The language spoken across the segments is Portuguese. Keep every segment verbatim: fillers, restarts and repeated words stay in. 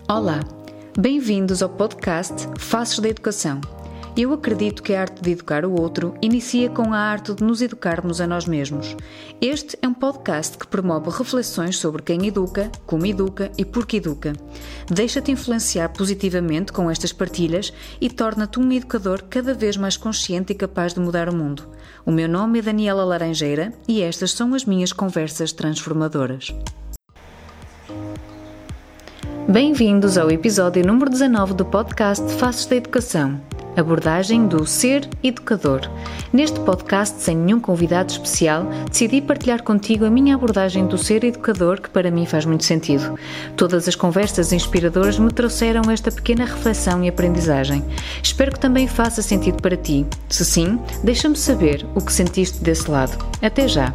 Olá, bem-vindos ao podcast Faces da Educação. Eu acredito que a arte de educar o outro inicia com a arte de nos educarmos a nós mesmos. Este é um podcast que promove reflexões sobre quem educa, como educa e por que educa. Deixa-te influenciar positivamente com estas partilhas e torna-te um educador cada vez mais consciente e capaz de mudar o mundo. O meu nome é Daniela Laranjeira e estas são as minhas conversas transformadoras. Bem-vindos ao episódio número dezanove do podcast Faces da Educação, abordagem do ser educador. Neste podcast, sem nenhum convidado especial, decidi partilhar contigo a minha abordagem do ser educador, que para mim faz muito sentido. Todas as conversas inspiradoras me trouxeram esta pequena reflexão e aprendizagem. Espero que também faça sentido para ti. Se sim, deixa-me saber o que sentiste desse lado. Até já!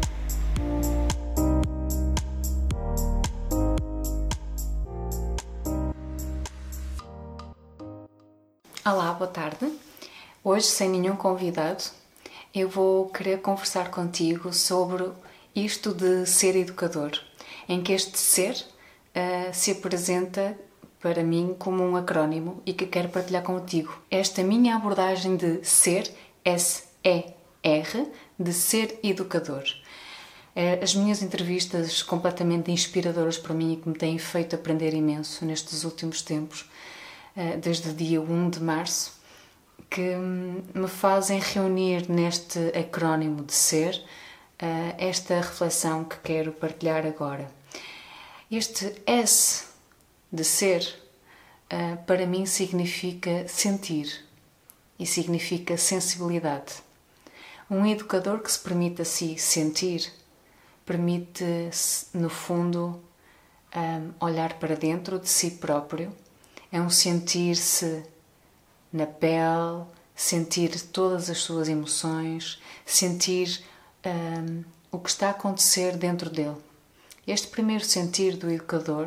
Olá, boa tarde. Hoje, sem nenhum convidado, eu vou querer conversar contigo sobre isto de ser educador, em que este ser uh, se apresenta para mim como um acrónimo e que quero partilhar contigo. Esta minha abordagem de ser, S E R, de ser educador. Uh, as minhas entrevistas completamente inspiradoras para mim e que me têm feito aprender imenso nestes últimos tempos, desde o dia primeiro de março, que me fazem reunir neste acrónimo de ser esta reflexão que quero partilhar agora. Este S de ser, para mim, significa sentir e significa sensibilidade. Um educador que se permite a si sentir, permite, no fundo, olhar para dentro de si próprio. É um sentir-se na pele, sentir todas as suas emoções, sentir um, o que está a acontecer dentro dele. Este primeiro sentir do educador,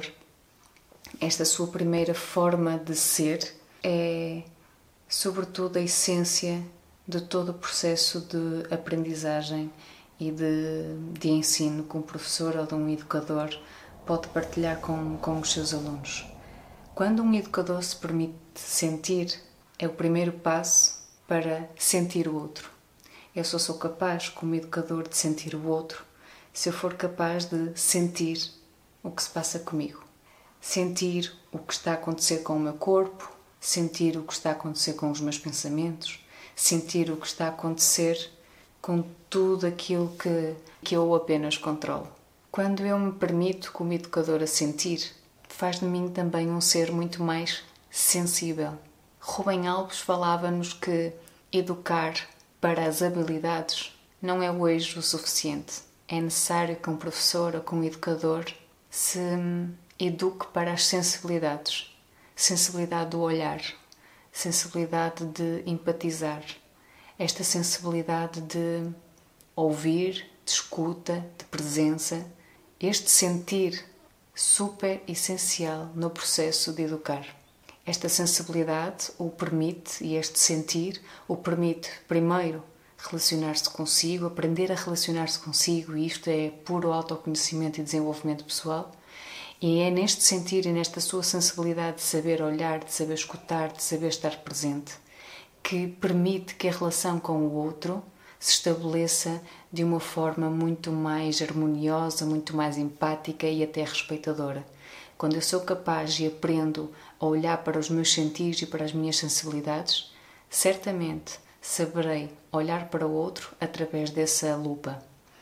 esta sua primeira forma de ser, é sobretudo a essência de todo o processo de aprendizagem e de, de ensino que um professor ou de um educador pode partilhar com, com os seus alunos. Quando um educador se permite sentir, é o primeiro passo para sentir o outro. Eu só sou capaz, como educador, de sentir o outro se eu for capaz de sentir o que se passa comigo. Sentir o que está a acontecer com o meu corpo, sentir o que está a acontecer com os meus pensamentos, sentir o que está a acontecer com tudo aquilo que, que eu apenas controlo. Quando eu me permito, como educadora, sentir, faz de mim também um ser muito mais sensível. Rubem Alves falava-nos que educar para as habilidades não é hoje o suficiente. É necessário que um professor ou que um educador se eduque para as sensibilidades. Sensibilidade do olhar, sensibilidade de empatizar, esta sensibilidade de ouvir, de escuta, de presença, este sentir super essencial no processo de educar. Esta sensibilidade o permite, e este sentir o permite, primeiro, relacionar-se consigo, aprender a relacionar-se consigo, e isto é puro autoconhecimento e desenvolvimento pessoal, e é neste sentir e nesta sua sensibilidade de saber olhar, de saber escutar, de saber estar presente, que permite que a relação com o outro se estabeleça de uma forma muito mais harmoniosa, muito mais empática e até respeitadora. Quando eu sou capaz e aprendo a olhar para os meus sentidos e para as minhas sensibilidades, certamente saberei olhar para o outro através dessa lupa.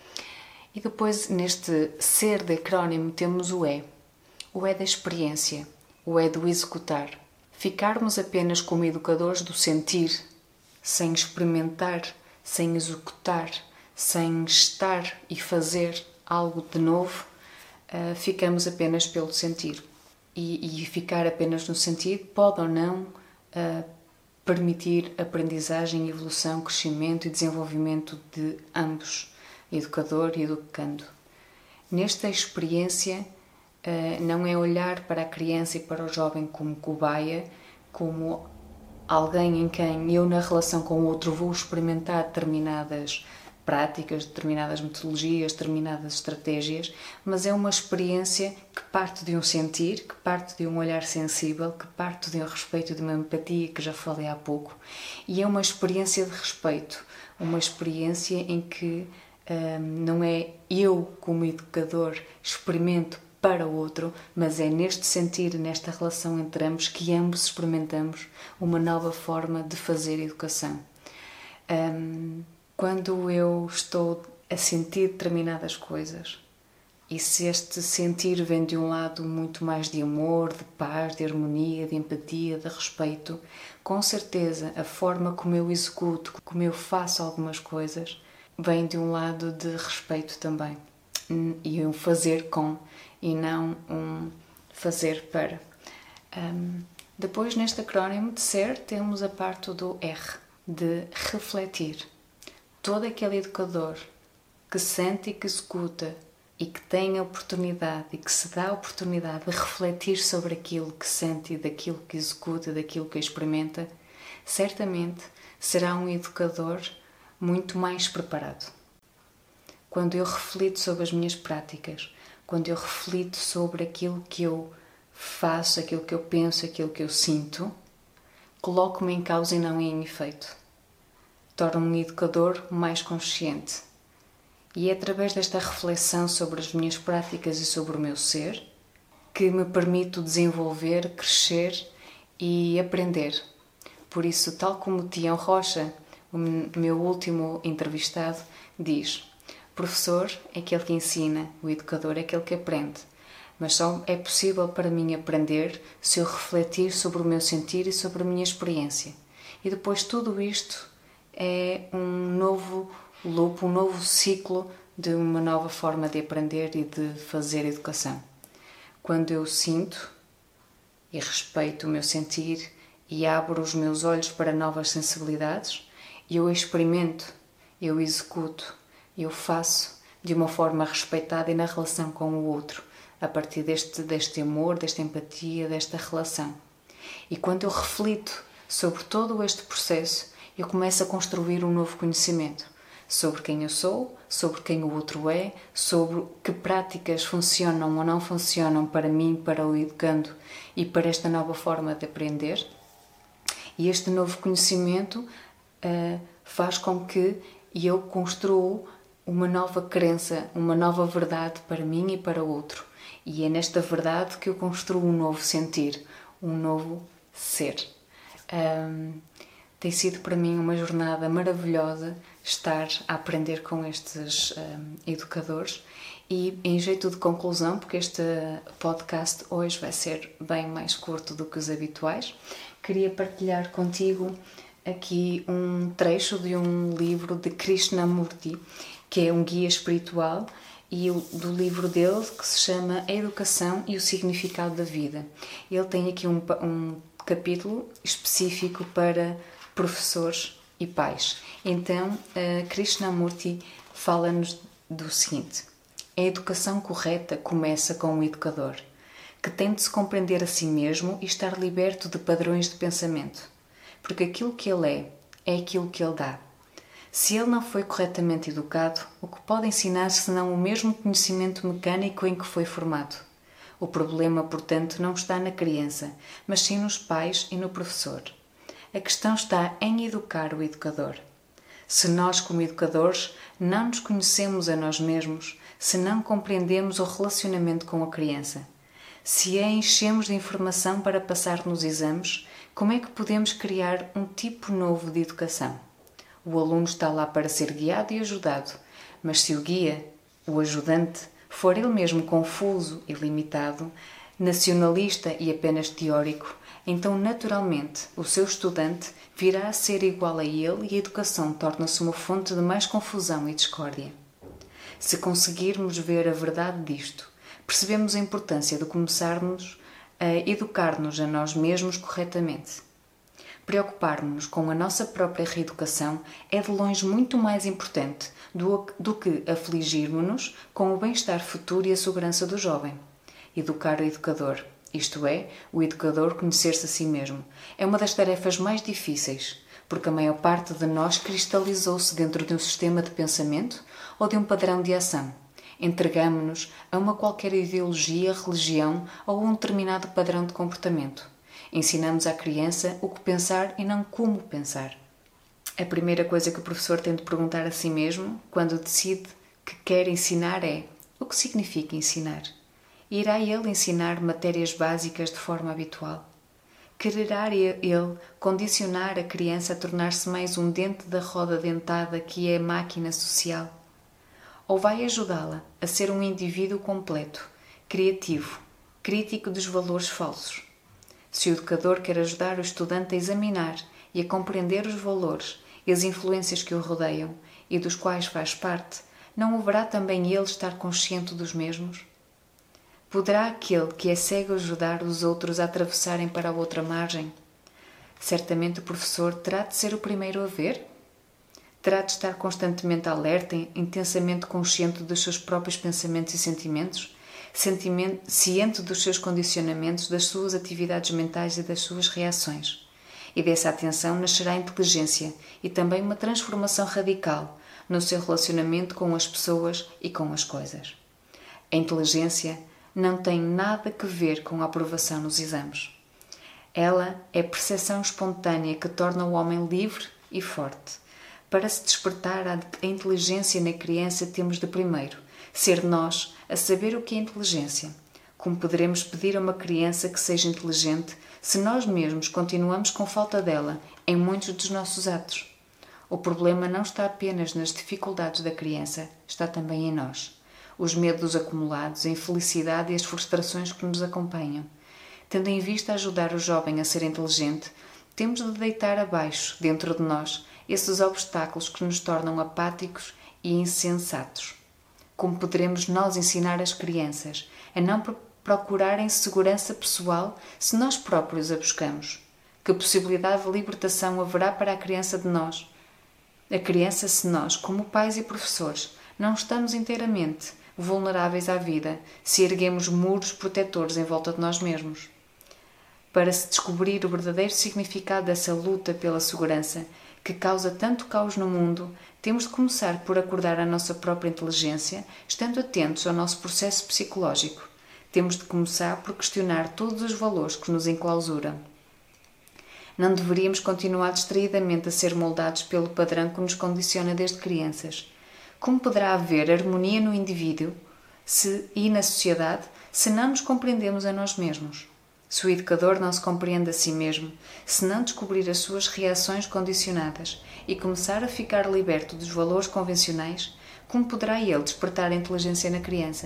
E depois, neste ser de acrónimo, temos o E. O E da experiência, o E do executar. Ficarmos apenas como educadores do sentir, sem experimentar, sem executar, sem estar e fazer algo de novo, uh, ficamos apenas pelo sentir. E, e ficar apenas no sentir pode ou não uh, permitir aprendizagem, evolução, crescimento e desenvolvimento de ambos, educador e educando. Nesta experiência, uh, não é olhar para a criança e para o jovem como cobaia, como alguém em quem eu, na relação com o outro, vou experimentar determinadas práticas, determinadas metodologias, determinadas estratégias, mas é uma experiência que parte de um sentir, que parte de um olhar sensível, que parte de um respeito, de uma empatia, que já falei há pouco, e é uma experiência de respeito, uma experiência em que hum, não é eu, como educador, experimento para o outro, mas é neste sentir, nesta relação entre ambos, que ambos experimentamos uma nova forma de fazer educação. Hum, Quando eu estou a sentir determinadas coisas, e se este sentir vem de um lado muito mais de amor, de paz, de harmonia, de empatia, de respeito, com certeza a forma como eu executo, como eu faço algumas coisas, vem de um lado de respeito também. E um fazer com, e não um fazer para. Um, depois, neste acrónimo de ser, temos a parte do R, de refletir. Todo aquele educador que sente e que executa e que tem a oportunidade e que se dá a oportunidade de refletir sobre aquilo que sente e daquilo que executa, daquilo que experimenta, certamente será um educador muito mais preparado. Quando eu reflito sobre as minhas práticas, quando eu reflito sobre aquilo que eu faço, aquilo que eu penso, aquilo que eu sinto, coloco-me em causa e não em efeito. Torno-me um educador mais consciente. E é através desta reflexão sobre as minhas práticas e sobre o meu ser que me permito desenvolver, crescer e aprender. Por isso, tal como o Tião Rocha, o meu último entrevistado, diz: professor é aquele que ensina, o educador é aquele que aprende. Mas só é possível para mim aprender se eu refletir sobre o meu sentir e sobre a minha experiência. E depois tudo isto é um novo loop, um novo ciclo de uma nova forma de aprender e de fazer educação. Quando eu sinto e respeito o meu sentir e abro os meus olhos para novas sensibilidades, eu experimento, eu executo, eu faço de uma forma respeitada e na relação com o outro, a partir deste, deste amor, desta empatia, desta relação. E quando eu reflito sobre todo este processo, eu começo a construir um novo conhecimento sobre quem eu sou, sobre quem o outro é, sobre que práticas funcionam ou não funcionam para mim, para o educando e para esta nova forma de aprender. E este novo conhecimento uh, faz com que eu construa uma nova crença, uma nova verdade para mim e para o outro. E é nesta verdade que eu construo um novo sentir, um novo ser. Um, Tem sido para mim uma jornada maravilhosa estar a aprender com estes um, educadores e, em jeito de conclusão, porque este podcast hoje vai ser bem mais curto do que os habituais, queria partilhar contigo aqui um trecho de um livro de Krishnamurti, que é um guia espiritual, e do livro dele que se chama A Educação e o Significado da Vida. Ele tem aqui um, um capítulo específico para professores e pais. Então, uh, Krishnamurti fala-nos do seguinte: a educação correta começa com um educador, que tem de se compreender a si mesmo e estar liberto de padrões de pensamento, porque aquilo que ele é, é aquilo que ele dá. Se ele não foi corretamente educado, o que pode ensinar senão o mesmo conhecimento mecânico em que foi formado? O problema, portanto, não está na criança, mas sim nos pais e no professor. A questão está em educar o educador. Se nós, como educadores, não nos conhecemos a nós mesmos, se não compreendemos o relacionamento com a criança, se a enchemos de informação para passar nos exames, como é que podemos criar um tipo novo de educação? O aluno está lá para ser guiado e ajudado, mas se o guia, o ajudante, for ele mesmo confuso e limitado, nacionalista e apenas teórico, então naturalmente o seu estudante virá a ser igual a ele e a educação torna-se uma fonte de mais confusão e discórdia. Se conseguirmos ver a verdade disto, percebemos a importância de começarmos a educar-nos a nós mesmos corretamente. Preocupar-nos com a nossa própria reeducação é de longe muito mais importante do, do que afligirmos-nos com o bem-estar futuro e a segurança do jovem. Educar o educador, isto é, o educador conhecer-se a si mesmo, é uma das tarefas mais difíceis, porque a maior parte de nós cristalizou-se dentro de um sistema de pensamento ou de um padrão de ação. Entregamo-nos a uma qualquer ideologia, religião ou a um determinado padrão de comportamento. Ensinamos à criança o que pensar e não como pensar. A primeira coisa que o professor tem de perguntar a si mesmo, quando decide que quer ensinar, é: o que significa ensinar? Irá ele ensinar matérias básicas de forma habitual? Quererá ele condicionar a criança a tornar-se mais um dente da roda dentada que é a máquina social? Ou vai ajudá-la a ser um indivíduo completo, criativo, crítico dos valores falsos? Se o educador quer ajudar o estudante a examinar e a compreender os valores e as influências que o rodeiam e dos quais faz parte, não haverá também ele estar consciente dos mesmos? Poderá aquele que é cego ajudar os outros a atravessarem para a outra margem? Certamente o professor terá de ser o primeiro a ver? Terá de estar constantemente alerta, intensamente consciente dos seus próprios pensamentos e sentimentos, ciente dos seus condicionamentos, das suas atividades mentais e das suas reações. E dessa atenção nascerá a inteligência e também uma transformação radical no seu relacionamento com as pessoas e com as coisas. A inteligência não tem nada a ver com a aprovação nos exames. Ela é a percepção espontânea que torna o homem livre e forte. Para se despertar a inteligência na criança, temos de primeiro ser nós a saber o que é inteligência. Como poderemos pedir a uma criança que seja inteligente se nós mesmos continuamos com falta dela em muitos dos nossos atos? O problema não está apenas nas dificuldades da criança, está também em nós. Os medos acumulados, a infelicidade e as frustrações que nos acompanham. Tendo em vista ajudar o jovem a ser inteligente, temos de deitar abaixo, dentro de nós, esses obstáculos que nos tornam apáticos e insensatos. Como poderemos nós ensinar as crianças a não procurarem segurança pessoal se nós próprios a buscamos? Que possibilidade de libertação haverá para a criança de nós? A criança, se nós, como pais e professores, não estamos inteiramente vulneráveis à vida, se erguemos muros protetores em volta de nós mesmos. Para se descobrir o verdadeiro significado dessa luta pela segurança, que causa tanto caos no mundo, temos de começar por acordar a nossa própria inteligência, estando atentos ao nosso processo psicológico. Temos de começar por questionar todos os valores que nos enclausuram. Não deveríamos continuar distraidamente a ser moldados pelo padrão que nos condiciona desde crianças. Como poderá haver harmonia no indivíduo se, e na sociedade se não nos compreendemos a nós mesmos? Se o educador não se compreende a si mesmo, se não descobrir as suas reações condicionadas e começar a ficar liberto dos valores convencionais, como poderá ele despertar a inteligência na criança?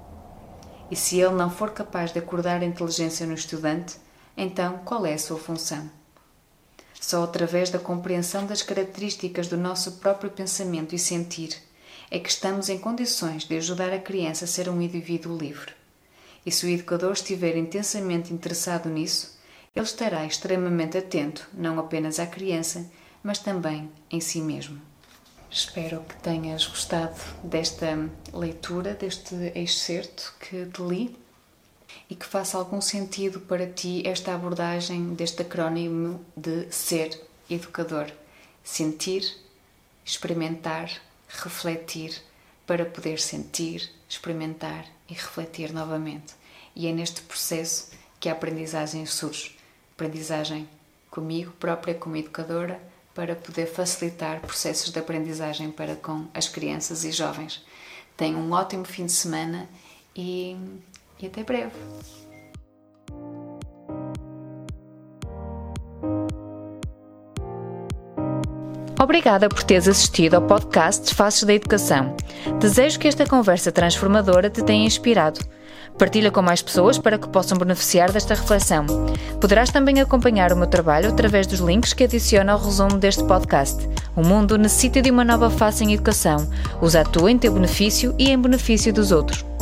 E se ele não for capaz de acordar a inteligência no estudante, então qual é a sua função? Só através da compreensão das características do nosso próprio pensamento e sentir é que estamos em condições de ajudar a criança a ser um indivíduo livre. E se o educador estiver intensamente interessado nisso, ele estará extremamente atento, não apenas à criança, mas também em si mesmo. Espero que tenhas gostado desta leitura, deste excerto que te li, e que faça algum sentido para ti esta abordagem deste acrónimo de ser educador. Sentir, experimentar, refletir, para poder sentir, experimentar e refletir novamente. E é neste processo que a aprendizagem surge. Aprendizagem comigo própria, como educadora, para poder facilitar processos de aprendizagem para com as crianças e jovens. Tenha um ótimo fim de semana e, e até breve. Obrigada por teres assistido ao podcast Faces da Educação. Desejo que esta conversa transformadora te tenha inspirado. Partilha com mais pessoas para que possam beneficiar desta reflexão. Poderás também acompanhar o meu trabalho através dos links que adiciono ao resumo deste podcast. O mundo necessita de uma nova face em educação. Usa a tua em teu benefício e em benefício dos outros.